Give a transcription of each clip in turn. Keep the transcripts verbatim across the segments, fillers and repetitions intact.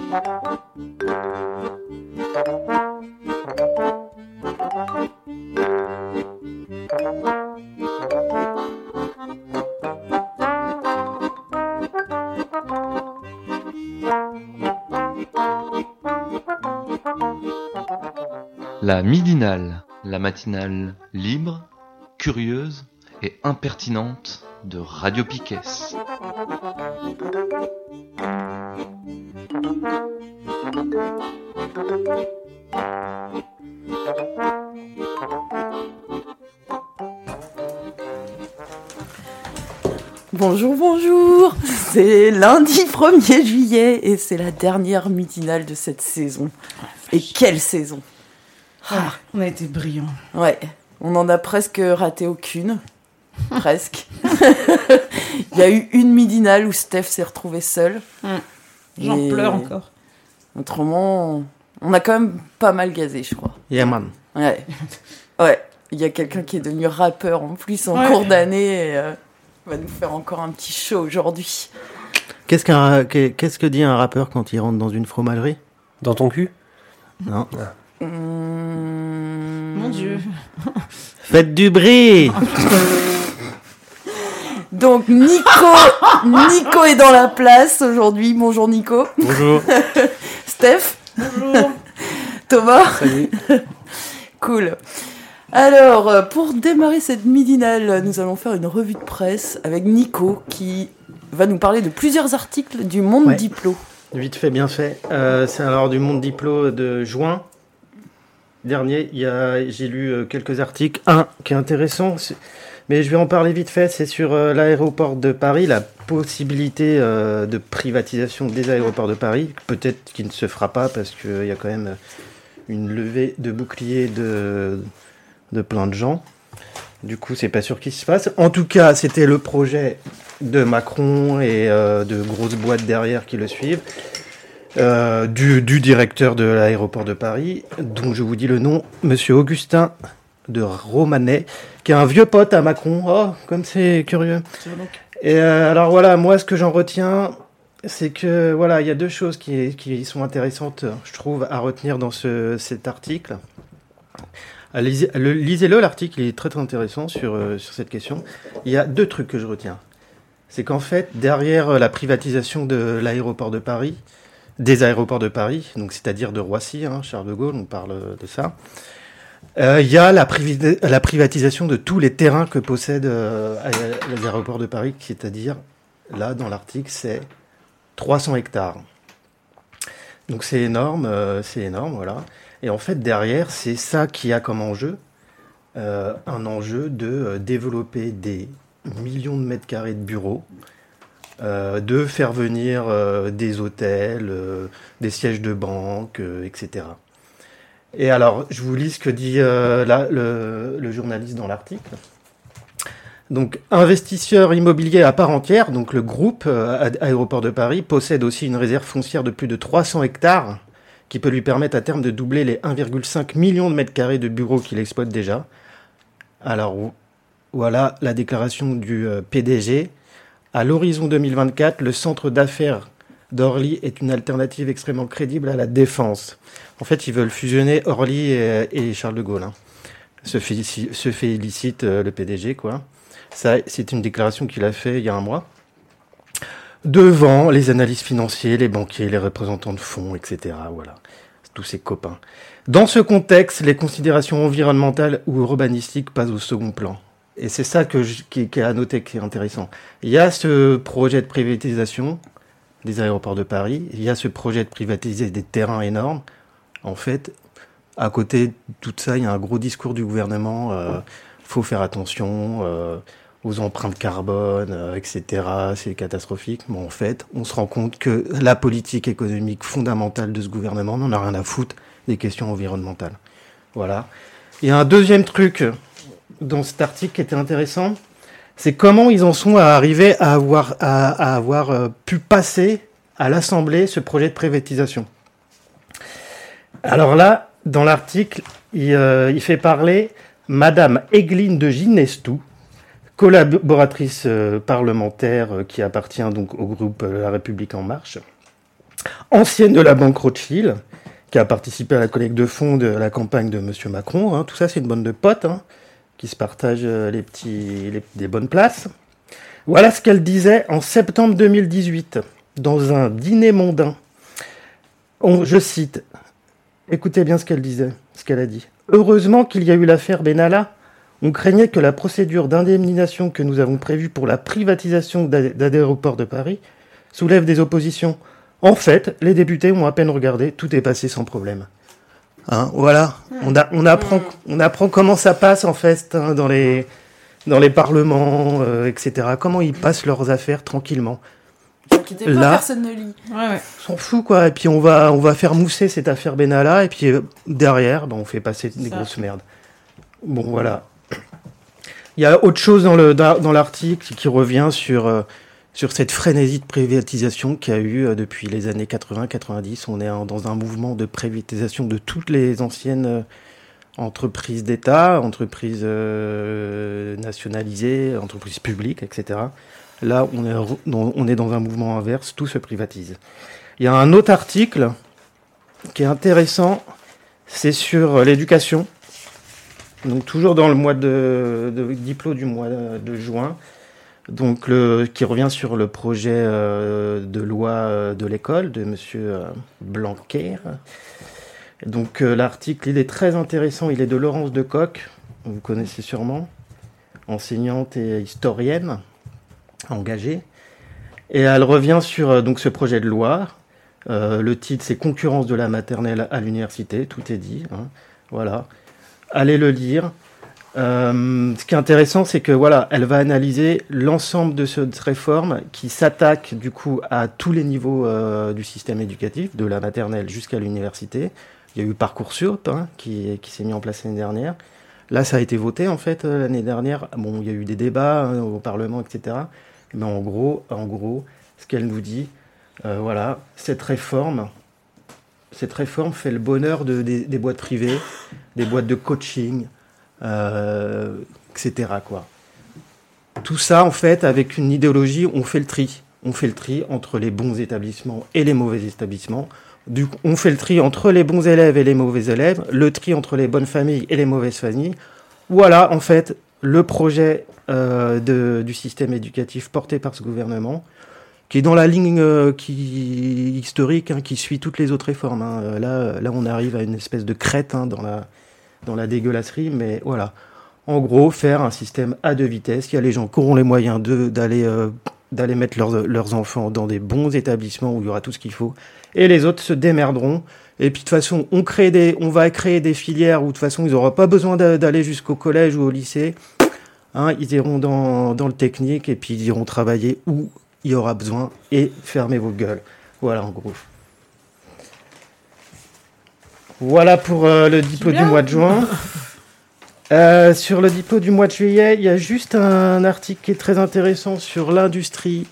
La midinale, la matinale libre, curieuse et impertinente de Radio Piquet. Bonjour, bonjour. C'est lundi premier juillet et c'est la dernière midinale de cette saison. Et quelle saison! Ah, on a été brillants. Ouais, on en a presque raté aucune. Presque. Il y a eu une midinale où Steph s'est retrouvé seul. Mmh. J'en Et pleure encore. Autrement, on a quand même pas mal gazé, je crois. Yeah, man. Ouais. Ouais. Il y a quelqu'un qui est devenu rappeur en plus en Ouais. cours d'année et euh, va nous faire encore un petit show aujourd'hui. Qu'est-ce qu'un, qu'est-ce que dit un rappeur quand il rentre dans une fromagerie? Dans ton cul? Non. Mmh... Mon Dieu. Faites du bruit. Donc Nico, Nico est dans la place aujourd'hui. Bonjour Nico. Bonjour. Steph. Bonjour. Thomas. Salut. Cool. Alors, euh, pour démarrer cette midinale, nous allons faire une revue de presse avec Nico qui va nous parler de plusieurs articles du Monde Ouais. Diplo. Vite fait, bien fait. Euh, c'est alors du Monde Diplo de juin dernier. Il y a, j'ai lu euh, quelques articles. Un qui est intéressant, c'est- mais je vais en parler vite fait. C'est sur euh, l'aéroport de Paris, la possibilité euh, de privatisation des aéroports de Paris. Peut-être qu'il ne se fera pas parce qu'il y a quand même une levée de bouclier de, de plein de gens. Du coup, c'est pas sûr qu'il se fasse. En tout cas, c'était le projet de Macron et euh, de grosses boîtes derrière qui le suivent. Euh, du, du directeur de l'aéroport de Paris, dont je vous dis le nom, Monsieur Augustin de Romanet, qui est un vieux pote à Macron. Oh, comme c'est curieux. Et euh, alors voilà, moi, ce que j'en retiens, c'est que voilà, il y a deux choses qui, qui sont intéressantes, je trouve, à retenir dans ce, cet article. Ah, lisez- le- Lisez-le, l'article, il est très très intéressant sur, euh, sur cette question. Il y a deux trucs que je retiens. C'est qu'en fait, derrière euh, la privatisation de l'aéroport de Paris, des aéroports de Paris, donc c'est-à-dire de Roissy, hein, Charles de Gaulle, on parle de ça, euh, il y a la, privi- la privatisation de tous les terrains que possèdent euh, les aéroports de Paris, c'est-à-dire, là, dans l'article, c'est trois cents hectares. Donc c'est énorme, euh, c'est énorme, voilà. Et en fait, derrière, c'est ça qui a comme enjeu, euh, un enjeu de euh, développer des millions de mètres carrés de bureaux, euh, de faire venir euh, des hôtels, euh, des sièges de banque, euh, et cetera. Et alors, je vous lis ce que dit euh, là, le, le journaliste dans l'article. Donc, investisseur immobilier à part entière, donc le groupe euh, Aéroport de Paris possède aussi une réserve foncière de plus de trois cents hectares qui peut lui permettre à terme de doubler les un virgule cinq million de mètres carrés de bureaux qu'il exploite déjà. Alors, voilà la déclaration du euh, P D G. À l'horizon deux mille vingt-quatre, le centre d'affaires d'Orly est une alternative extrêmement crédible à la Défense. En fait, ils veulent fusionner Orly et, et Charles de Gaulle. Hein. Se, félicite, se félicite euh, le P D G, quoi. Ça, c'est une déclaration qu'il a fait il y a un mois. Devant les analystes financiers, les banquiers, les représentants de fonds, et cetera. Voilà, tous ses copains. Dans ce contexte, les considérations environnementales ou urbanistiques passent au second plan. Et c'est ça que je, qui, qui est à noter, qui est intéressant. Il y a ce projet de privatisation des aéroports de Paris, il y a ce projet de privatiser des terrains énormes. En fait, à côté de tout ça, il y a un gros discours du gouvernement. Euh, faut faire attention euh, aux empreintes carbone, euh, et cetera. C'est catastrophique. Mais en fait, on se rend compte que la politique économique fondamentale de ce gouvernement n'en a rien à foutre des questions environnementales. Voilà. Il y a un deuxième truc dans cet article qui était intéressant, c'est comment ils en sont à arriver à avoir, à, à avoir euh, pu passer à l'Assemblée ce projet de privatisation. Alors là, dans l'article, il, euh, il fait parler Madame Egline de Ginestou, collaboratrice euh, parlementaire euh, qui appartient donc au groupe euh, La République En Marche. ancienne de la banque Rothschild, qui a participé à la collecte de fonds de la campagne de M. Macron. Hein. Tout ça, c'est une bande de potes hein, qui se partagent les petits, les, des bonnes places. Voilà ce qu'elle disait en septembre deux mille dix-huit, dans un dîner mondain. On, je cite, écoutez bien ce qu'elle disait, ce qu'elle a dit. « Heureusement qu'il y a eu l'affaire Benalla. On craignait que la procédure d'indemnisation que nous avons prévue pour la privatisation d'Aéroports de Paris soulève des oppositions. En fait, les députés ont à peine regardé, tout est passé sans problème. Hein, voilà, on, a, on, apprend, on apprend comment ça passe en fait hein, dans, les, dans les parlements, euh, et cetera. Comment ils passent leurs affaires tranquillement. T'inquiétez pas, Là, personne ne lit. Ouais, ouais. on s'en fout quoi. Et puis on va, on va faire mousser cette affaire Benalla et puis euh, derrière, ben, on fait passer des Ça. grosses merdes. Bon voilà. Il y a autre chose dans, le, dans l'article qui revient sur, euh, sur cette frénésie de privatisation qu'il y a eu euh, depuis les années quatre-vingts quatre-vingt-dix. On est en, dans un mouvement de privatisation de toutes les anciennes euh, entreprises d'État, entreprises euh, nationalisées, entreprises publiques, et cetera. Là, on est, on est dans un mouvement inverse, tout se privatise. Il y a un autre article qui est intéressant, c'est sur l'éducation. Donc toujours dans le mois de, de diplôme du mois de juin, donc le, qui revient sur le projet euh, de loi euh, de l'école de Monsieur Blanquer. Donc euh, l'article, il est très intéressant, il est de Laurence Decoq, vous connaissez sûrement, enseignante et historienne engagée, et elle revient sur euh, donc ce projet de loi. Euh, le titre, c'est Concurrence de la maternelle à l'université, tout est dit, hein, voilà. Allez le lire. Euh, ce qui est intéressant, c'est que voilà, elle va analyser l'ensemble de cette réforme qui s'attaque du coup à tous les niveaux euh, du système éducatif, de la maternelle jusqu'à l'université. Il y a eu Parcoursup hein, qui, qui s'est mis en place l'année dernière. Là, ça a été voté en fait euh, l'année dernière. Bon, il y a eu des débats hein, au Parlement, et cetera. Mais en gros, en gros, ce qu'elle nous dit, euh, voilà, cette réforme. Cette réforme fait le bonheur de, des, des boîtes privées, des boîtes de coaching, euh, et cetera, quoi. Tout ça, en fait, avec une idéologie, on fait le tri. On fait le tri entre les bons établissements et les mauvais établissements. Du coup, on fait le tri entre les bons élèves et les mauvais élèves, le tri entre les bonnes familles et les mauvaises familles. Voilà, en fait, le projet euh, de, du système éducatif porté par ce gouvernement, qui est dans la ligne euh, qui, historique, hein, qui suit toutes les autres réformes. Hein. Là, là, on arrive à une espèce de crête hein, dans, la, dans la dégueulasserie, mais voilà. En gros, faire un système à deux vitesses. Il y a les gens qui auront les moyens de, d'aller, euh, d'aller mettre leurs, leurs enfants dans des bons établissements où il y aura tout ce qu'il faut, et les autres se démerderont. Et puis de toute façon, on, crée des, on va créer des filières où de toute façon, ils n'auront pas besoin d'aller jusqu'au collège ou au lycée. Hein, ils iront dans, dans le technique et puis ils iront travailler où il y aura besoin, et fermez vos gueules. Voilà, en gros. Voilà pour euh, le diplôme du mois de juin. Euh, sur le diplôme du mois de juillet, il y a juste un article qui est très intéressant sur l'industrie.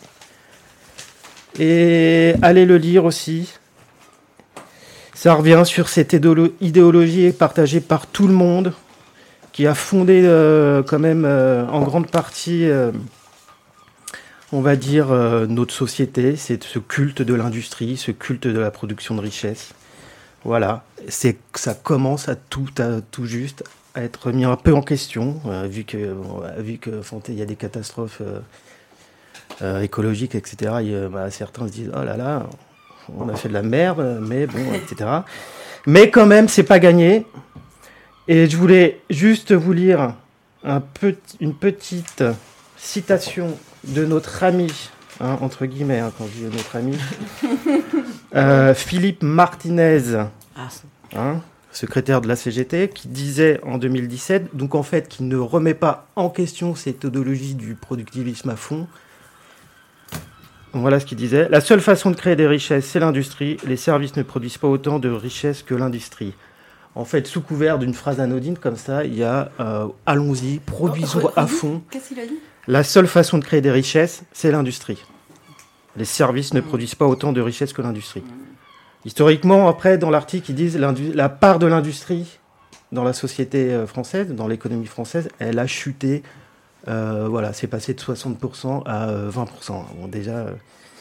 Et allez le lire aussi. Ça revient sur cette idéolo- idéologie partagée par tout le monde, qui a fondé euh, quand même euh, en grande partie... Euh, on va dire, euh, notre société, c'est ce culte de l'industrie, ce culte de la production de richesse. Voilà, c'est, ça commence à tout, à tout juste à être mis un peu en question, euh, vu que, bon, vu que il y a des catastrophes euh, euh, écologiques, et cetera. Et, euh, bah, certains se disent, oh là là, on a fait de la merde, mais bon, et cetera. Mais quand même, c'est pas gagné. Et je voulais juste vous lire un petit, une petite citation de notre ami, hein, entre guillemets, hein, quand je dis notre ami, euh, Philippe Martinez, hein, secrétaire de la C G T, qui disait en deux mille dix-sept, donc en fait, qui ne remet pas en question cette idéologie du productivisme à fond. Voilà ce qu'il disait. La seule façon de créer des richesses, c'est l'industrie. Les services ne produisent pas autant de richesses que l'industrie. En fait, sous couvert d'une phrase anodine comme ça, il y a euh, allons-y, produisons Oh, à fond. Qu'est-ce qu'il a dit ? La seule façon de créer des richesses, c'est l'industrie. Les services ne produisent pas autant de richesses que l'industrie. Historiquement, après, dans l'article, ils disent la part de l'industrie dans la société française, dans l'économie française, elle a chuté. Euh, voilà, c'est passé de soixante pour cent à vingt pour cent. Bon, déjà, euh,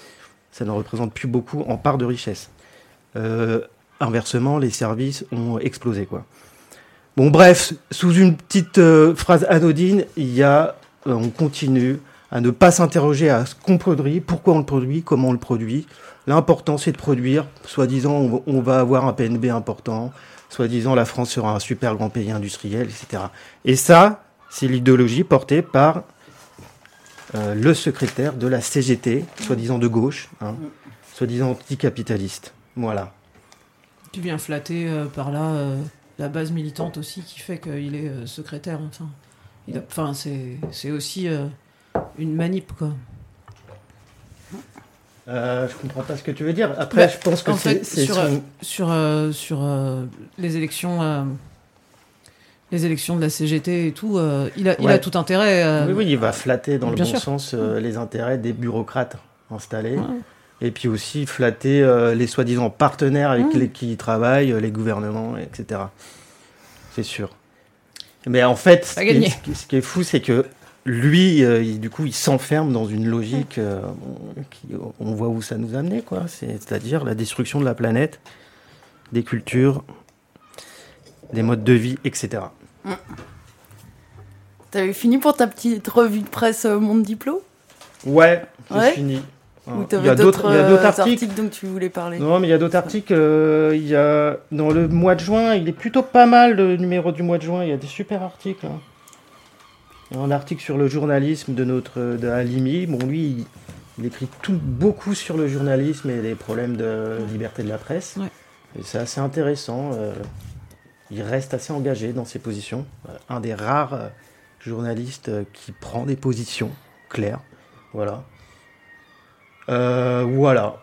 ça ne représente plus beaucoup en part de richesse. Euh, inversement, les services ont explosé, quoi. Bon, bref, sous une petite euh, phrase anodine, il y a, euh, on continue à ne pas s'interroger à ce qu'on produit, pourquoi on le produit, comment on le produit. L'important, c'est de produire. Soi-disant, on, on va avoir un P N B important. Soi-disant, la France sera un super grand pays industriel, et cetera. Et ça, c'est l'idéologie portée par euh, le secrétaire de la C G T, soi-disant de gauche, hein, soi-disant anticapitaliste. Voilà. Tu viens flatter euh, par là euh, la base militante aussi qui fait qu'il est euh, secrétaire. Enfin, il a, enfin c'est, c'est aussi euh, une manip, quoi. Euh, je comprends pas ce que tu veux dire. Après, bah, je pense que en c'est, fait, c'est sur, son... euh, sur, euh, sur euh, les élections, euh, les élections de la C G T et tout, euh, il, a, ouais. il a tout intérêt. Euh... Oui, oui, il va flatter dans le Bien bon sûr. sens euh, les intérêts des bureaucrates installés. Ouais. Et puis aussi flatter euh, les soi-disant partenaires avec mmh. les qui y travaillent, les gouvernements, et cetera. C'est sûr. Mais en fait, ce qui, est, ce, qui, ce qui est fou, c'est que lui, euh, il, du coup, il s'enferme dans une logique. Euh, qui, on voit où ça nous a amené, quoi. C'est, c'est-à-dire la destruction de la planète, des cultures, des modes de vie, et cetera. Mmh. T'avais fini pour ta petite revue de presse euh, Monde Diplo ? Ouais, j'ai ouais fini. Ou il y a d'autres, d'autres, il y a d'autres articles. articles dont tu voulais parler. Non, mais il y a d'autres articles. Euh, il y a, dans le mois de juin, il est plutôt pas mal, le numéro du mois de juin. Il y a des super articles. Hein. Il y a un article sur le journalisme de notre de Halimi. Bon, lui, il, il écrit tout, beaucoup sur le journalisme et les problèmes de liberté de la presse. Ouais. Et c'est assez intéressant. Euh, il reste assez engagé dans ses positions. Euh, un des rares euh, journalistes euh, qui prend des positions claires. Voilà. Euh, voilà.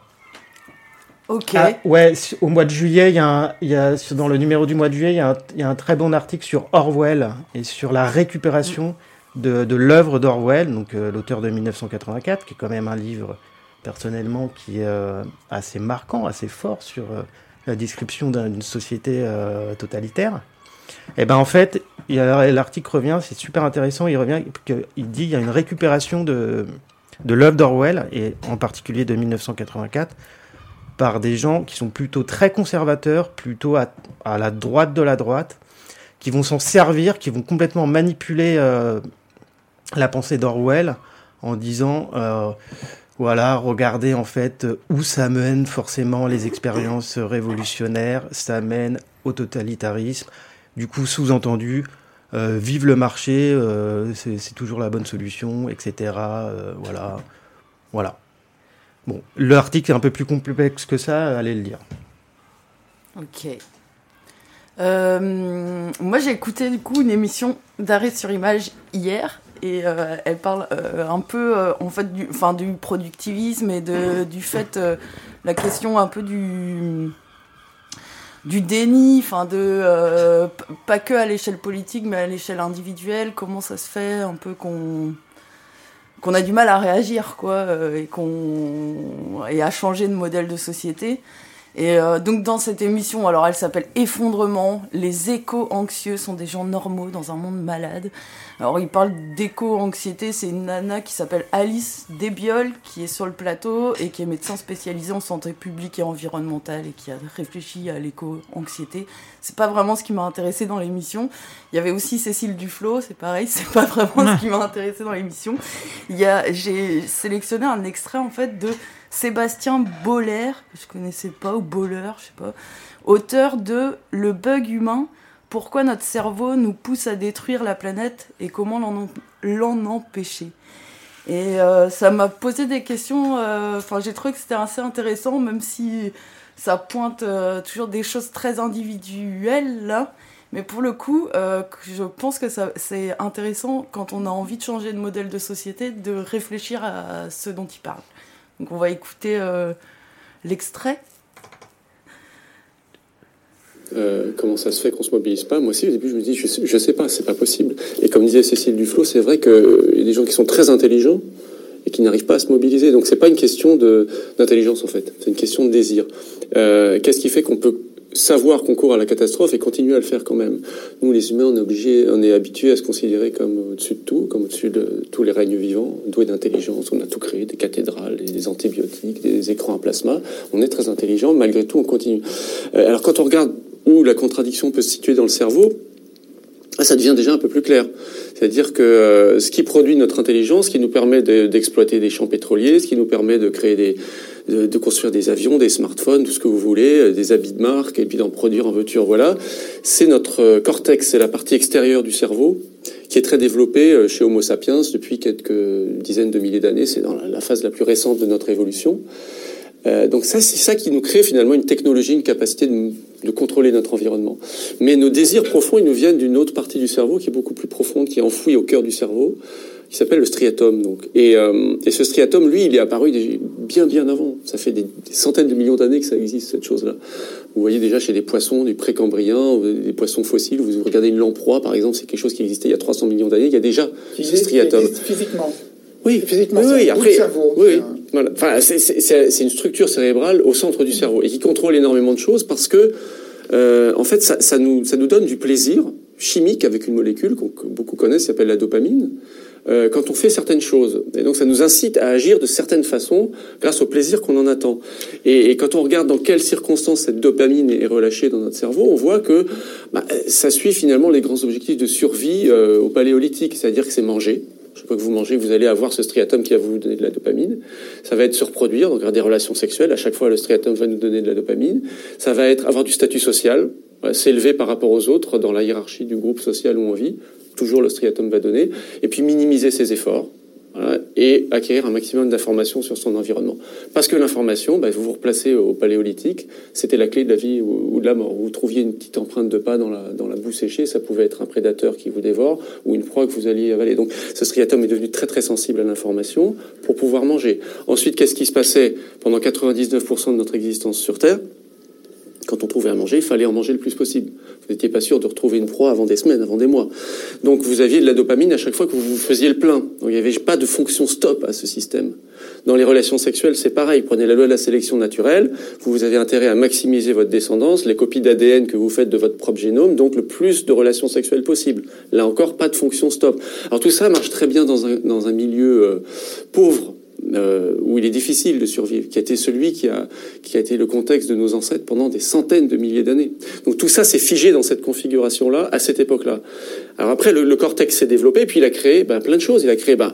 Ok. Ah, ouais, au mois de juillet, il y a, un, il y a dans le numéro du mois de juillet, il y, a un, il y a un très bon article sur Orwell et sur la récupération de, de l'œuvre d'Orwell, donc euh, l'auteur de mille neuf cent quatre-vingt-quatre, qui est quand même un livre personnellement qui est euh, assez marquant, assez fort sur euh, la description d'un, d'une société euh, totalitaire. Et ben en fait, il y a, l'article revient, c'est super intéressant. Il revient, il dit il y a une récupération de de l'œuvre d'Orwell, et en particulier de mille neuf cent quatre-vingt-quatre, par des gens qui sont plutôt très conservateurs, plutôt à, à la droite de la droite, qui vont s'en servir, qui vont complètement manipuler euh, la pensée d'Orwell en disant euh, voilà, regardez en fait où ça mène forcément les expériences révolutionnaires, ça mène au totalitarisme. Du coup, sous-entendu, Euh, vive le marché, euh, c'est, c'est toujours la bonne solution, et cetera. Euh, voilà, voilà. Bon, l'article est un peu plus complexe que ça, allez le lire. Ok. Euh, moi, j'ai écouté du coup une émission d'Arrêt sur Image hier, et euh, elle parle euh, un peu, euh, en fait, du, enfin, du productivisme et de, du fait, euh, la question un peu du du déni, enfin de euh, p- pas que à l'échelle politique, mais à l'échelle individuelle. Comment ça se fait un peu qu'on qu'on a du mal à réagir, quoi, euh, et qu'on et à changer de modèle de société. Et euh, donc dans cette émission, alors elle s'appelle Effondrement, les éco-anxieux sont des gens normaux dans un monde malade. Alors il parle d'éco-anxiété, c'est une nana qui s'appelle Alice Desbiol qui est sur le plateau et qui est médecin spécialisé en santé publique et environnementale et qui a réfléchi à l'éco-anxiété. C'est pas vraiment ce qui m'a intéressé dans l'émission. Il y avait aussi Cécile Duflot, c'est pareil, c'est pas vraiment ce qui m'a intéressé dans l'émission. Il y a, j'ai sélectionné un extrait en fait de Sébastien Boller, que je connaissais pas, ou Boller, je sais pas, auteur de Le bug humain, pourquoi notre cerveau nous pousse à détruire la planète et comment l'en, l'en empêcher. Et euh, ça m'a posé des questions, enfin euh, j'ai trouvé que c'était assez intéressant, même si ça pointe euh, toujours des choses très individuelles là, mais pour le coup, euh, je pense que ça, c'est intéressant quand on a envie de changer de modèle de société, de réfléchir à ce dont il parle. Donc on va écouter euh, l'extrait. Euh, comment ça se fait qu'on se mobilise pas ? Moi aussi au début je me dis je sais, je sais pas, c'est pas possible. Et comme disait Cécile Duflot, c'est vrai qu'il euh, y a des gens qui sont très intelligents et qui n'arrivent pas à se mobiliser. Donc c'est pas une question de, d'intelligence en fait, c'est une question de désir. Euh, qu'est-ce qui fait qu'on peut savoir qu'on court à la catastrophe et continuer à le faire quand même. Nous, les humains, on est obligés, on est habitués à se considérer comme au-dessus de tout, comme au-dessus de tous les règnes vivants, doués d'intelligence. On a tout créé, des cathédrales, des antibiotiques, des écrans à plasma. On est très intelligent, malgré tout, on continue. Euh, alors, quand on regarde où la contradiction peut se situer dans le cerveau, ça devient déjà un peu plus clair. C'est-à-dire que euh, ce qui produit notre intelligence, ce qui nous permet de, d'exploiter des champs pétroliers, ce qui nous permet de créer des, de, de construire des avions, des smartphones, tout ce que vous voulez, des habits de marque, et puis d'en produire en voiture, voilà, c'est notre cortex, c'est la partie extérieure du cerveau, qui est très développée chez Homo sapiens depuis quelques dizaines de milliers d'années. C'est dans la, la phase la plus récente de notre évolution. Euh, donc ça, c'est ça qui nous crée finalement une technologie, une capacité de, de contrôler notre environnement. Mais nos désirs profonds, ils nous viennent d'une autre partie du cerveau qui est beaucoup plus profonde, qui est enfouie au cœur du cerveau, qui s'appelle le striatum. Donc. Et, euh, et ce striatum, lui, il est apparu bien, bien avant. Ça fait des, des centaines de millions d'années que ça existe, cette chose-là. Vous voyez déjà chez des poissons du précambrien, des poissons fossiles, vous regardez une lamproie, par exemple, c'est quelque chose qui existait il y a trois cents millions d'années, il y a déjà qui ce striatum. Qui existe physiquement. Oui, physiquement, oui, oui. Après, cerveau, oui, oui. Voilà. Enfin, c'est, c'est, c'est une structure cérébrale au centre du cerveau et qui contrôle énormément de choses parce que, euh, en fait, ça, ça nous, ça nous donne du plaisir chimique avec une molécule qu'on, que beaucoup connaissent, qui s'appelle la dopamine, euh, quand on fait certaines choses. Et donc, ça nous incite à agir de certaines façons grâce au plaisir qu'on en attend. Et, et quand on regarde dans quelles circonstances cette dopamine est relâchée dans notre cerveau, on voit que bah, ça suit finalement les grands objectifs de survie euh, au paléolithique, c'est-à-dire que c'est manger. Chaque fois que vous mangez, vous allez avoir ce striatum qui va vous donner de la dopamine. Ça va être se reproduire, donc avoir des relations sexuelles. À chaque fois, le striatum va nous donner de la dopamine. Ça va être avoir du statut social, voilà, s'élever par rapport aux autres dans la hiérarchie du groupe social où on vit. Toujours le striatum va donner. Et puis minimiser ses efforts. Voilà, et acquérir un maximum d'informations sur son environnement. Parce que l'information, bah, vous vous replacez au paléolithique, c'était la clé de la vie ou, ou de la mort. Vous trouviez une petite empreinte de pas dans la, dans la boue séchée, ça pouvait être un prédateur qui vous dévore ou une proie que vous alliez avaler. Donc ce striatum est devenu très très sensible à l'information pour pouvoir manger. Ensuite, qu'est-ce qui se passait pendant quatre-vingt-dix-neuf pour cent de notre existence sur Terre ? Quand on trouvait à manger, il fallait en manger le plus possible. Vous n'étiez pas sûr de retrouver une proie avant des semaines, avant des mois. Donc vous aviez de la dopamine à chaque fois que vous faisiez le plein. Donc il n'y avait pas de fonction stop à ce système. Dans les relations sexuelles, c'est pareil. Prenez la loi de la sélection naturelle. Vous avez intérêt à maximiser votre descendance, les copies d'A D N que vous faites de votre propre génome, donc le plus de relations sexuelles possible. Là encore, pas de fonction stop. Alors tout ça marche très bien dans un, dans un milieu euh, pauvre, Euh, où il est difficile de survivre, qui a été celui qui a, qui a été le contexte de nos ancêtres pendant des centaines de milliers d'années. Donc tout ça s'est figé dans cette configuration-là, à cette époque-là. Alors après, le, le cortex s'est développé, et puis il a créé ben, plein de choses. Il a créé ben,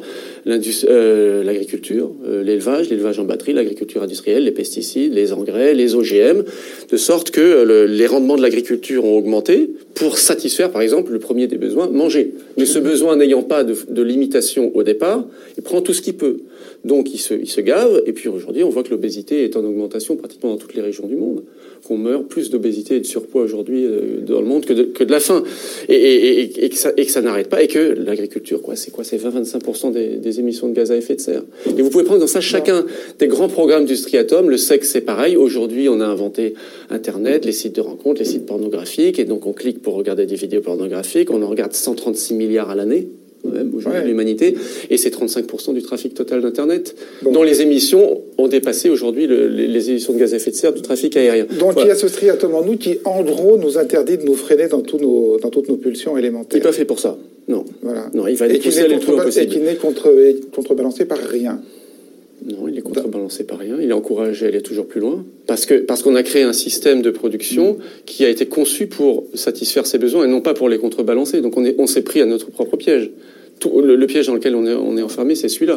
euh, l'agriculture, euh, l'élevage, l'élevage en batterie, l'agriculture industrielle, les pesticides, les engrais, les O G M, de sorte que euh, le, les rendements de l'agriculture ont augmenté pour satisfaire, par exemple, le premier des besoins, manger. Mais ce besoin n'ayant pas de, de limitation au départ, il prend tout ce qu'il peut. Donc il se, il se gave, et puis aujourd'hui on voit que l'obésité est en augmentation pratiquement dans toutes les régions du monde, qu'on meurt plus d'obésité et de surpoids aujourd'hui euh, dans le monde que de, que de la faim, et, et, et, et, que ça, et que ça n'arrête pas, et que l'agriculture, quoi, c'est quoi, c'est vingt à vingt-cinq pour cent des, des émissions de gaz à effet de serre. Et vous pouvez prendre dans ça chacun des grands programmes du striatum. Le sexe, c'est pareil. Aujourd'hui on a inventé Internet, les sites de rencontres, les sites pornographiques, et donc on clique pour regarder des vidéos pornographiques, on en regarde cent trente-six milliards à l'année. Même aujourd'hui, ouais. L'humanité, et c'est trente-cinq pour cent du trafic total d'Internet, bon. Dont les émissions ont dépassé aujourd'hui le, les, les émissions de gaz à effet de serre du trafic aérien. Donc voilà. Il y a ce striatum en nous qui, en gros, nous interdit de nous freiner dans, tous nos, dans toutes nos pulsions élémentaires. Il n'est pas fait pour ça, non. Voilà. Non, il va être poussé le plus loin possible. Et qui n'est contre, contrebalancé par rien. Non, il est contrebalancé par rien. Il est encouragé à aller toujours plus loin. Parce que parce qu'on a créé un système de production qui a été conçu pour satisfaire ses besoins et non pas pour les contrebalancer. Donc on est on s'est pris à notre propre piège. Tout, le, le piège dans lequel on est on est enfermé, c'est celui-là.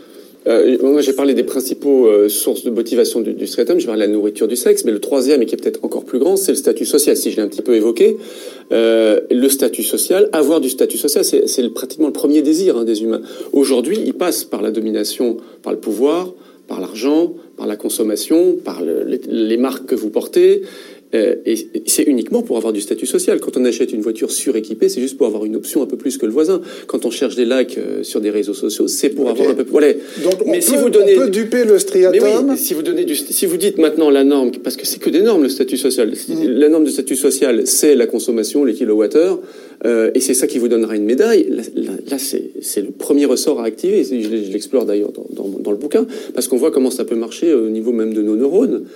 Euh, moi, j'ai parlé des principaux euh, sources de motivation du, du striatum. J'ai parlé de la nourriture, du sexe, mais le troisième, et qui est peut-être encore plus grand, c'est le statut social. Si je l'ai un petit peu évoqué, euh, le statut social, avoir du statut social, c'est, c'est le, pratiquement le premier désir hein, des humains. Aujourd'hui, il passe par la domination, par le pouvoir, par l'argent, par la consommation, par le, les, les marques que vous portez. Euh, et c'est uniquement pour avoir du statut social. Quand on achète une voiture suréquipée, c'est juste pour avoir une option un peu plus que le voisin. Quand on cherche des likes euh, sur des réseaux sociaux, c'est pour okay. avoir un peu. Voilà. Donc on, mais peut, si vous donnez... on peut duper le striatum. Mais oui, si vous donnez du, si vous dites maintenant la norme, parce que c'est que des normes le statut social. Mmh. La norme du statut social, c'est la consommation, les kilowattheures, euh, et c'est ça qui vous donnera une médaille. Là, là, là c'est, c'est le premier ressort à activer. Je, je l'explore d'ailleurs dans, dans, dans le bouquin, parce qu'on voit comment ça peut marcher au niveau même de nos neurones.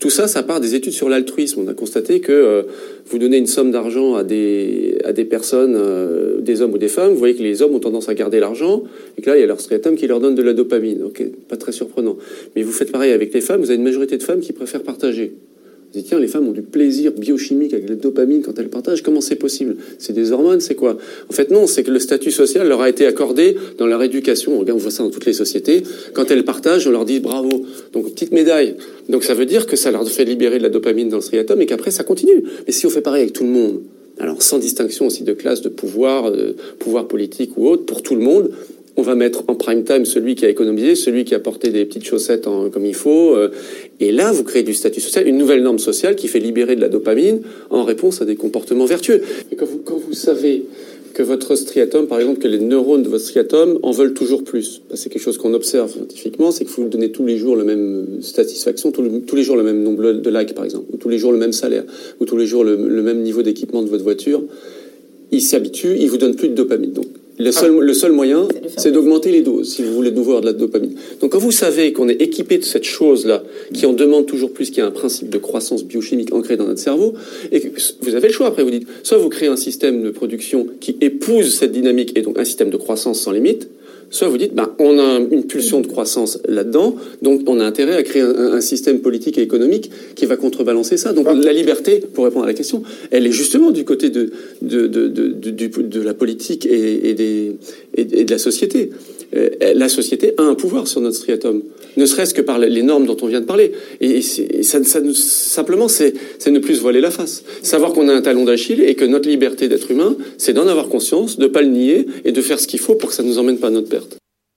tout ça, ça part des études sur l'altruisme. On a constaté que euh, vous donnez une somme d'argent à des, à des personnes, euh, des hommes ou des femmes, vous voyez que les hommes ont tendance à garder l'argent, et que là, il y a leur striatum qui leur donne de la dopamine. Ok, pas très surprenant. Mais vous faites pareil avec les femmes, vous avez une majorité de femmes qui préfèrent partager. Vous dites, tiens, les femmes ont du plaisir biochimique avec la dopamine quand elles partagent. Comment c'est possible? C'est des hormones, c'est quoi? En fait, non, c'est que le statut social leur a été accordé dans leur éducation. Regarde, on voit ça dans toutes les sociétés. Quand elles partagent, on leur dit bravo. Donc, petite médaille. Donc, ça veut dire que ça leur fait libérer de la dopamine dans le striatum et qu'après, ça continue. Mais si on fait pareil avec tout le monde, alors sans distinction aussi de classe, de pouvoir, de pouvoir politique ou autre, pour tout le monde, on va mettre en prime time celui qui a économisé, celui qui a porté des petites chaussettes en, comme il faut. Euh, et là, vous créez du statut social, une nouvelle norme sociale qui fait libérer de la dopamine en réponse à des comportements vertueux. Et quand vous, quand vous savez que votre striatum, par exemple, que les neurones de votre striatum en veulent toujours plus, c'est quelque chose qu'on observe scientifiquement, c'est que vous donnez tous les jours la même satisfaction, tous, le, tous les jours le même nombre de likes, par exemple, ou tous les jours le même salaire, ou tous les jours le, le même niveau d'équipement de votre voiture. Il s'habitue, il vous donne plus de dopamine. Donc, Le seul, le seul moyen, c'est d'augmenter les doses, si vous voulez de nouveau avoir de la dopamine. Donc quand vous savez qu'on est équipé de cette chose-là, qui en demande toujours plus, qui a un principe de croissance biochimique ancré dans notre cerveau, et que vous avez le choix, après vous dites, soit vous créez un système de production qui épouse cette dynamique, et donc un système de croissance sans limite, soit vous dites, ben, on a une pulsion de croissance là-dedans, donc on a intérêt à créer un, un système politique et économique qui va contrebalancer ça. Donc la liberté, pour répondre à la question, elle est justement du côté de, de, de, de, de, de la politique et, et, des, et de la société. La société a un pouvoir sur notre striatum, ne serait-ce que par les normes dont on vient de parler. Et, et ça, ça, simplement, c'est, c'est ne plus se voiler la face. Savoir qu'on a un talon d'Achille et que notre liberté d'être humain, c'est d'en avoir conscience, de ne pas le nier et de faire ce qu'il faut pour que ça ne nous emmène pas à notre perte.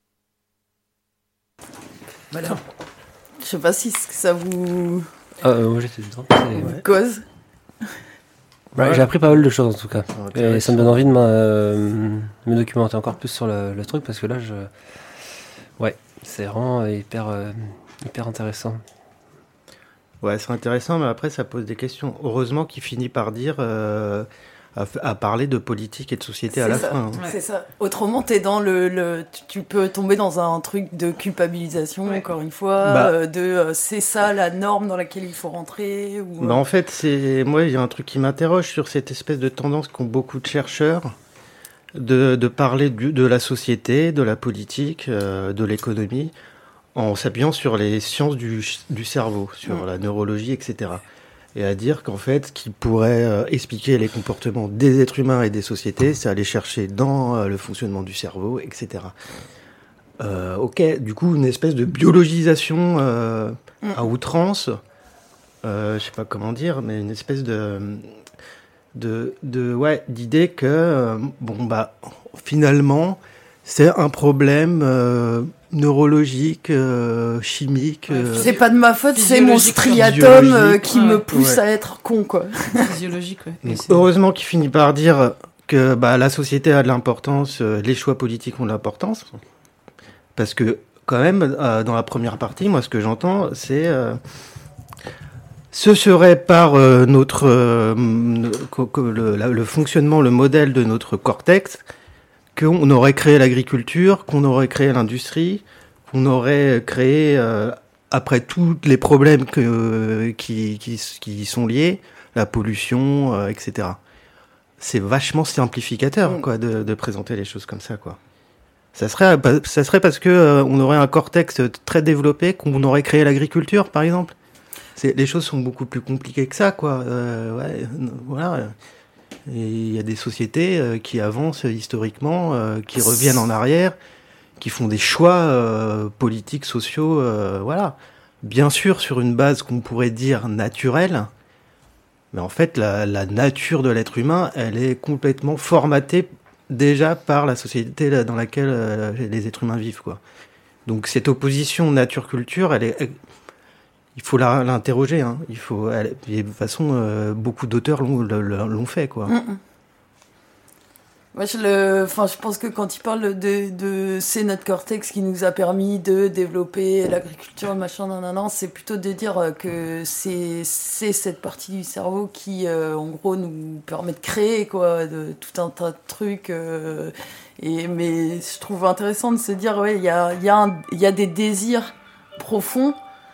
Voilà. Je sais pas si ça vous euh, moi j'étais dedans. C'est... cause. Ouais, j'ai appris pas mal de choses en tout cas. Et ça me donne envie de euh, me documenter encore plus sur le, le truc parce que là, je... ouais, c'est vraiment hyper, euh, hyper intéressant. Ouais, c'est intéressant, mais après ça pose des questions. Heureusement qu'il finit par dire euh, à, à parler de politique et de société c'est à la ça, fin. Hein. C'est ça. Autrement, t'es dans le, le, tu peux tomber dans un truc de culpabilisation, ouais. Encore une fois, bah, euh, de euh, c'est ça la norme dans laquelle il faut rentrer. Ou, bah en fait, c'est moi, il y a un truc qui m'interroge sur cette espèce de tendance qu'ont beaucoup de chercheurs de, de parler du, de la société, de la politique, euh, de l'économie, en s'appuyant sur les sciences du, du cerveau, sur mmh. la neurologie, et cetera. Et à dire qu'en fait, ce qui pourrait euh, expliquer les comportements des êtres humains et des sociétés, c'est aller chercher dans euh, le fonctionnement du cerveau, et cetera. Euh, ok, du coup, une espèce de biologisation euh, mmh. à outrance, euh, je sais pas comment dire, mais une espèce de, de, de ouais, d'idée que, euh, bon, bah, finalement, c'est un problème euh, neurologique, euh, chimique. Euh, c'est pas de ma faute, c'est mon striatum euh, qui ouais. me pousse ouais. à être con, quoi. Physiologique, ouais. Donc, heureusement qu'il finit par dire que bah, la société a de l'importance, euh, les choix politiques ont de l'importance. Parce que, quand même, euh, dans la première partie, moi, ce que j'entends, c'est... Euh, ce serait par euh, notre... Euh, le, la, le fonctionnement, le modèle de notre cortex... qu'on aurait créé l'agriculture, qu'on aurait créé l'industrie, qu'on aurait créé, euh, après tous les problèmes que, euh, qui, qui, qui sont liés, la pollution, euh, et cetera. C'est vachement simplificateur, mmh. quoi, de, de présenter les choses comme ça, quoi. Ça serait, ça serait parce que euh, on aurait un cortex très développé, qu'on aurait créé l'agriculture, par exemple. C'est, les choses sont beaucoup plus compliquées que ça, quoi. Euh, ouais, voilà. Et il y a des sociétés euh, qui avancent historiquement, euh, qui reviennent en arrière, qui font des choix euh, politiques, sociaux, euh, voilà. Bien sûr, sur une base qu'on pourrait dire naturelle, mais en fait, la, la nature de l'être humain, elle est complètement formatée déjà par la société dans laquelle euh, les êtres humains vivent, quoi. Donc cette opposition nature-culture, elle est... Elle, il faut la, l'interroger, hein. Il faut, elle, de toute façon, euh, beaucoup d'auteurs l'ont, l'ont fait, quoi. Mm-mm. Moi, je, le, enfin, je pense que quand il parle de, de c'est notre cortex qui nous a permis de développer l'agriculture, machin, nan, nan, nan, c'est plutôt de dire que c'est, c'est cette partie du cerveau qui, euh, en gros, nous permet de créer, quoi, de, tout un tas de trucs. Euh, et, mais je trouve intéressant de se dire, ouais, il y a, y a un, y a des désirs profonds.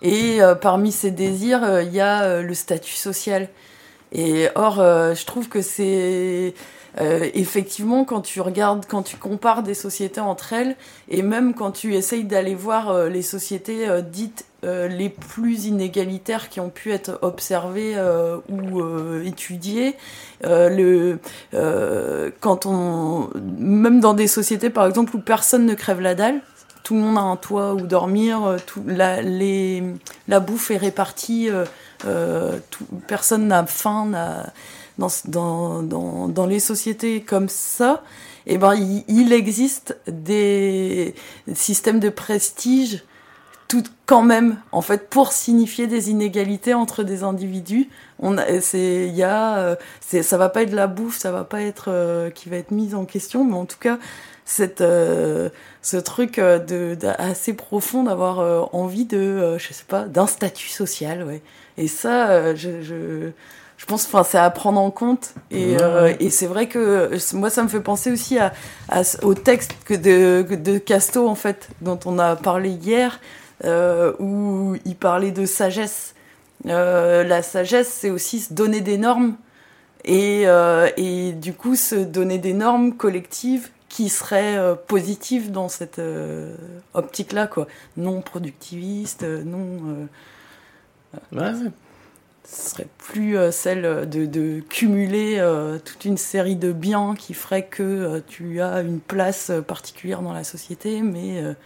Et euh, parmi ces désirs, il euh, y a euh, le statut social. Et or, euh, je trouve que c'est... Euh, effectivement, quand tu regardes, quand tu compares des sociétés entre elles, et même quand tu essayes d'aller voir euh, les sociétés euh, dites euh, les plus inégalitaires qui ont pu être observées euh, ou euh, étudiées, euh, le, euh, quand on, même dans des sociétés par exemple où personne ne crève la dalle, tout le monde a un toit où dormir, tout, la, les, la bouffe est répartie, euh, euh, tout, personne n'a faim, n'a Dans, dans, dans, dans les sociétés comme ça, eh ben, il, il existe des systèmes de prestige tout quand même, en fait, pour signifier des inégalités entre des individus. On a, c'est, il y a, c'est, ça va pas être la bouffe, ça va pas être euh, qui va être mise en question, mais en tout cas, cette, euh, ce truc de, de assez profond d'avoir euh, envie de, euh, je sais pas, d'un statut social, ouais. Et ça, euh, je, je Je pense, enfin, c'est à prendre en compte. Et, euh, et c'est vrai que moi, ça me fait penser aussi à, à, au texte que de, de Casto, en fait, dont on a parlé hier, euh, où il parlait de sagesse. Euh, la sagesse, c'est aussi se donner des normes. Et, euh, et du coup, se donner des normes collectives qui seraient euh, positives dans cette euh, optique-là, quoi. Non productiviste, non... Euh, ouais, ouais. Ce serait plus euh, celle de, de cumuler euh, toute une série de biens qui ferait que euh, tu as une place particulière dans la société, mais... Euh...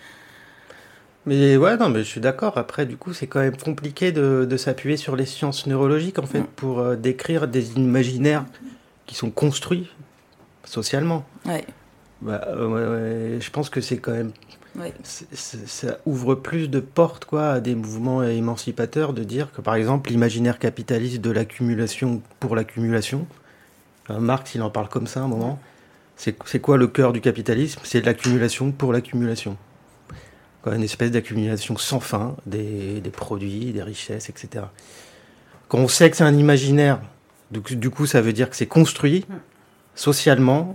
Mais ouais, non, mais je suis d'accord. Après, du coup, c'est quand même compliqué de, de s'appuyer sur les sciences neurologiques, en fait, mmh. pour euh, décrire des imaginaires qui sont construits socialement. Ouais. Bah, euh, ouais, ouais, je pense que c'est quand même... Ouais. C'est, c'est, ça ouvre plus de portes, quoi, à des mouvements émancipateurs, de dire que, par exemple, l'imaginaire capitaliste de l'accumulation pour l'accumulation, euh, Marx, il en parle comme ça à un moment, c'est, c'est quoi le cœur du capitalisme ? C'est l'accumulation pour l'accumulation. Quoi, une espèce d'accumulation sans fin des, des produits, des richesses, et cetera. Quand on sait que c'est un imaginaire, du, du coup, ça veut dire que c'est construit socialement.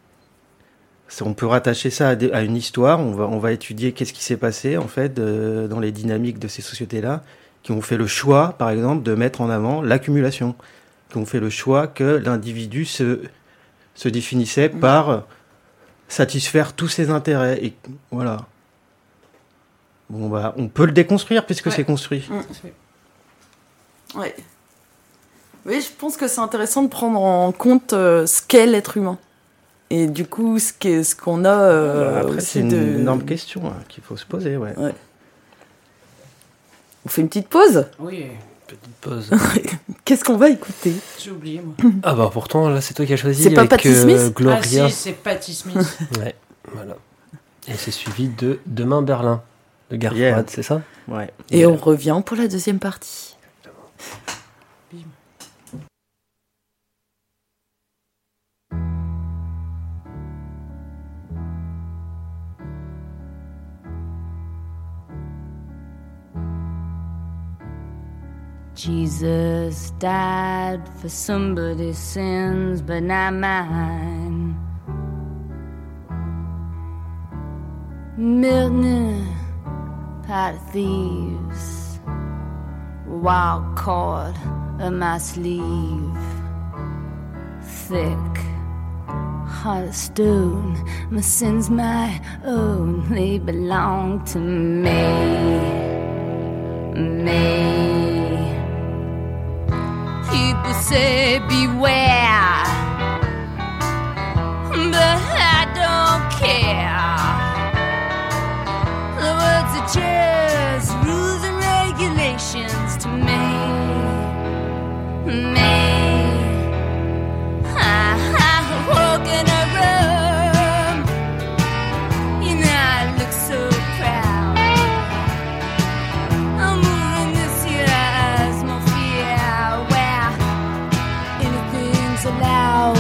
On peut rattacher ça à, des, à une histoire. On va, on va étudier qu'est-ce qui s'est passé en fait euh, dans les dynamiques de ces sociétés-là, qui ont fait le choix, par exemple, de mettre en avant l'accumulation, qui ont fait le choix que l'individu se, se définissait par satisfaire tous ses intérêts. Et voilà. Bon, bah, on peut le déconstruire puisque ouais. c'est construit. Mmh. Ouais. Oui, je pense que c'est intéressant de prendre en compte euh, ce qu'est l'être humain. Et du coup, ce, qu'est, ce qu'on a... Euh, Après, aussi c'est une de... énorme question hein, qu'il faut se poser. Ouais. Ouais. On fait une petite pause ? Oui. Petite pause. Qu'est-ce qu'on va écouter ? J'ai oublié, moi. Ah bah pourtant, là, c'est toi qui as choisi. C'est pas avec, Patti Smith euh, Gloria. Ah si, c'est Patti Smith. Ouais, voilà. Et c'est suivi de Demain Berlin, de Gerhard, yeah. c'est ça ? Ouais. Et yeah. on revient pour la deuxième partie. Bim. Jesus died for somebody's sins, but not mine. Milton, pot of thieves, wild cord of my sleeve, thick heart of stone. My sins my own, they belong to me, me. People say beware, but I don't care. The words are just rules and regulations to me, me. I, I walk in a room, you know I look so proud. I'm moving this year as my fear, where anything's allowed.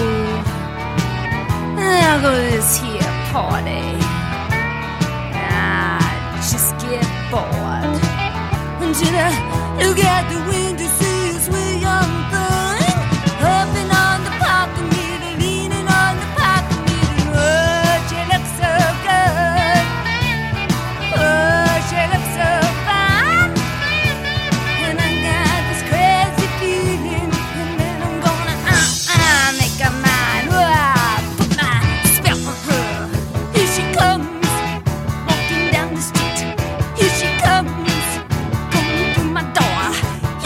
I'll go to this here party, I just get bored until I look out the window, see a sweet young thing hopping on the parking meter, leaning on the parking meter. Oh, she looks so good. Oh, she looks so fine.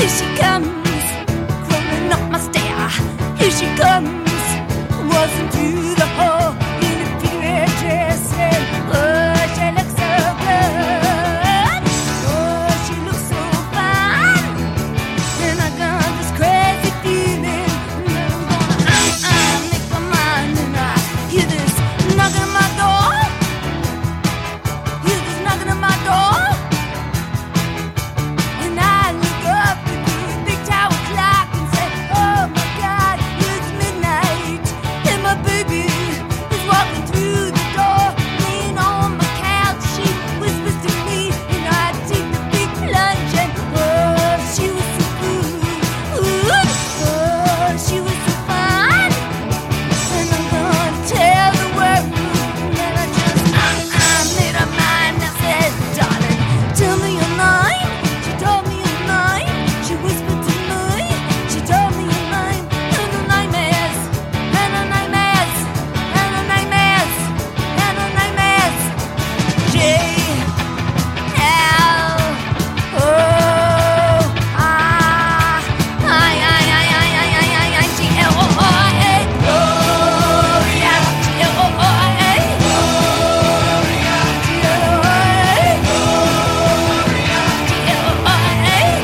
Here she comes, crawling up my stair. Here she comes, waltzing through the hall in a period dress. And oh, she looks so good. Oh, she looks so fine. And I got this crazy feeling. I'm gonna uh, uh, make my mind. And I hear this knocking at my door. Hear this knocking at my door. And I look up at the big tower clock and say, oh my God, it's midnight. And my baby is walking through the door. Laying on my couch, she whispers to me, and I take the big plunge. And oh, she was so good. Oh, she was so fine. And I'm gonna tell the world that I just, uh, I made up mind. I said, darling, tell me your name. She told me her name. She whispered to me. She told me her name. And her name is, and her name is, and her name is, and her name is J L O I I I I I I I I G L O I A Gloria G L O I A Gloria G L O I A Gloria G L O I A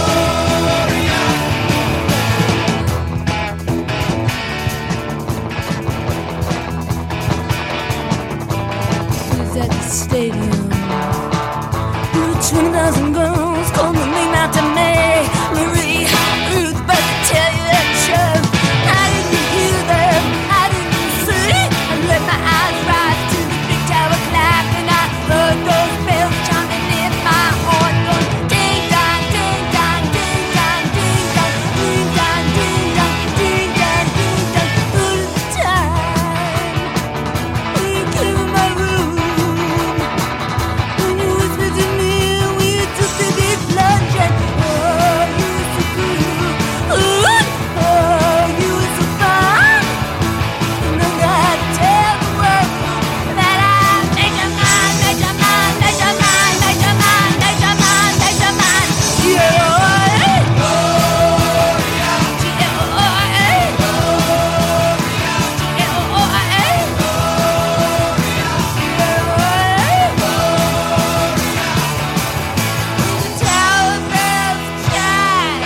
Gloria. At the stadium, twenty thousand girls call my name out to me. Marie, Ruth, but to tell you that show, I didn't hear them, I didn't see. I let my eyes rise to the big tower clock, and I heard those bells chiming in my heart, going ding dong, ding dong, ding dong, ding dong, ding dong, ding dong, ding dong, ding dong. All the time, when you came in my room, when you whispered to me, when you took the big plunge, and oh, you were so good. Ooh, oh, you were so fine. And I gotta tell the world that I made your mind, made your mind, made your mind, made your mind, made your mind, made your mind. G L O I A Gloria G L O I A Gloria G L O I A Gloria G L O I A Gloria. The tower bells chime.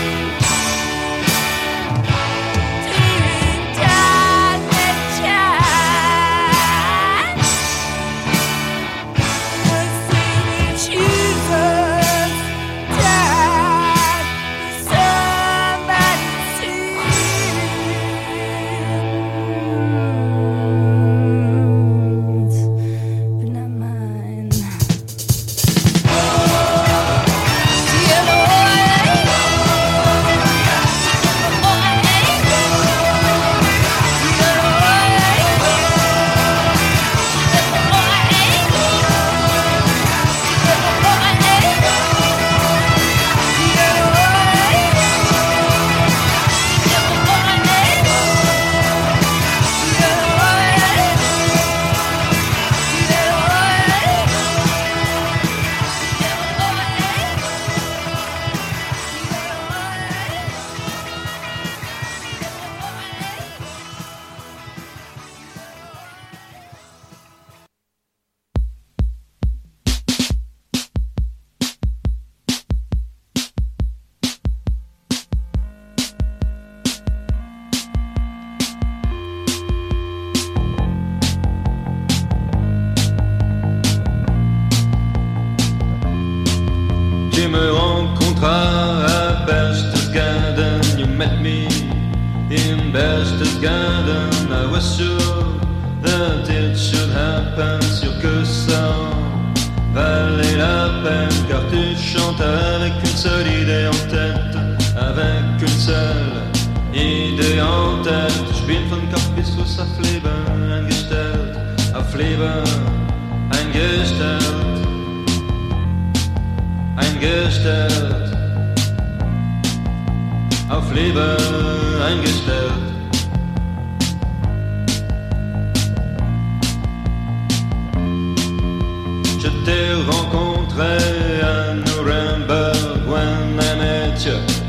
Ding dong, they chime. The city Jesus died. Somebody sings, but not mine. G L O I A G L O I A G L O I A Tu me rencontras à Berchtesgaden. You met me in Berchtesgaden. I was sure that it should happen. Sûr que ça valait la peine, car tu chantes avec une seule idée en tête, avec une seule idée en tête. Ich bin von Kapissus auf Leben eingestellt, auf Leben eingestellt. Eingestellt, auf Leben eingestellt. Je t'ai rencontré à Nuremberg when I met you.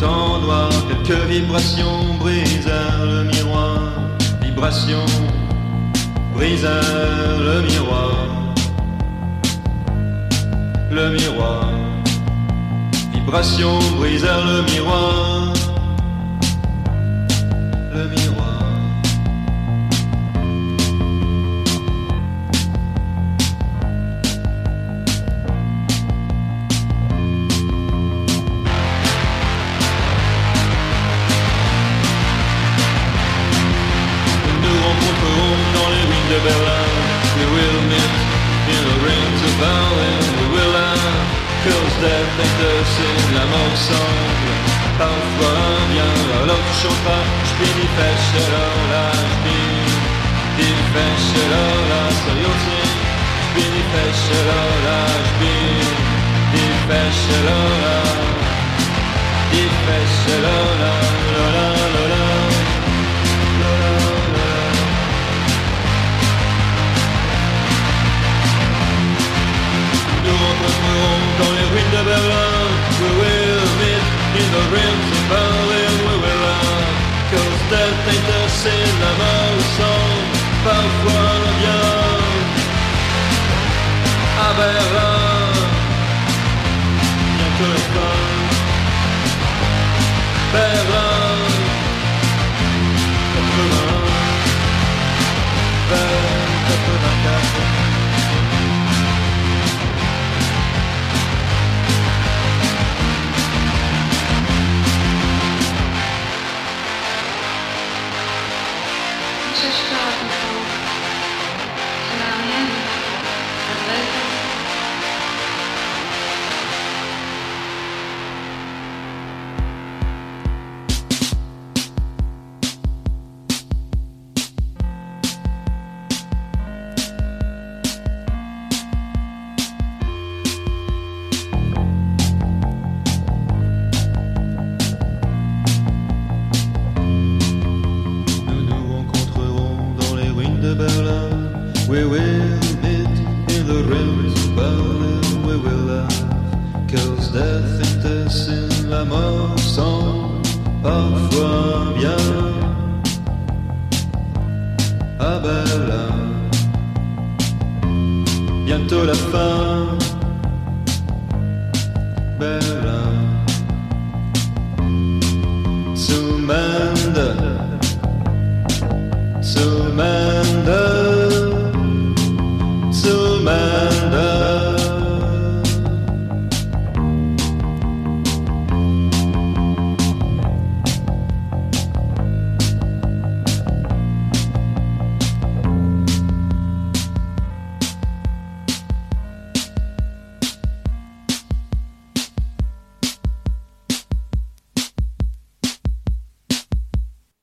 temps noir, quelques vibrations brisèrent le miroir. Vibrations brisèrent le miroir. Le miroir. Vibrations brisèrent le miroir. Le miroir. De Berlin, we will meet in the rings of Berlin. We will laugh, cause death ain't us in la mort ensemble. Parfois un bien, alors tu chanteras. J'bin die Fächerola, j'bin die Fächerola, seriously. J'bin die Fächerola, j'bin die Fächerola, die Fächerola, la la la la. Nous rencontrerons dans les ruines de Berlin. We will meet in the rims of Berlin. We will laugh, cause death ain't us in la mort ensemble. Parfois le bien à Berlin. Bientôt la fin. Berlin quatre-vingts vers quatre-vingt-quatre. We will meet in the realms of Berlin. We will laugh, cause death ain't us in la mort sans parfois bien à Berlin. Bientôt la fin, Berlin. Zum Ende, zum Ende.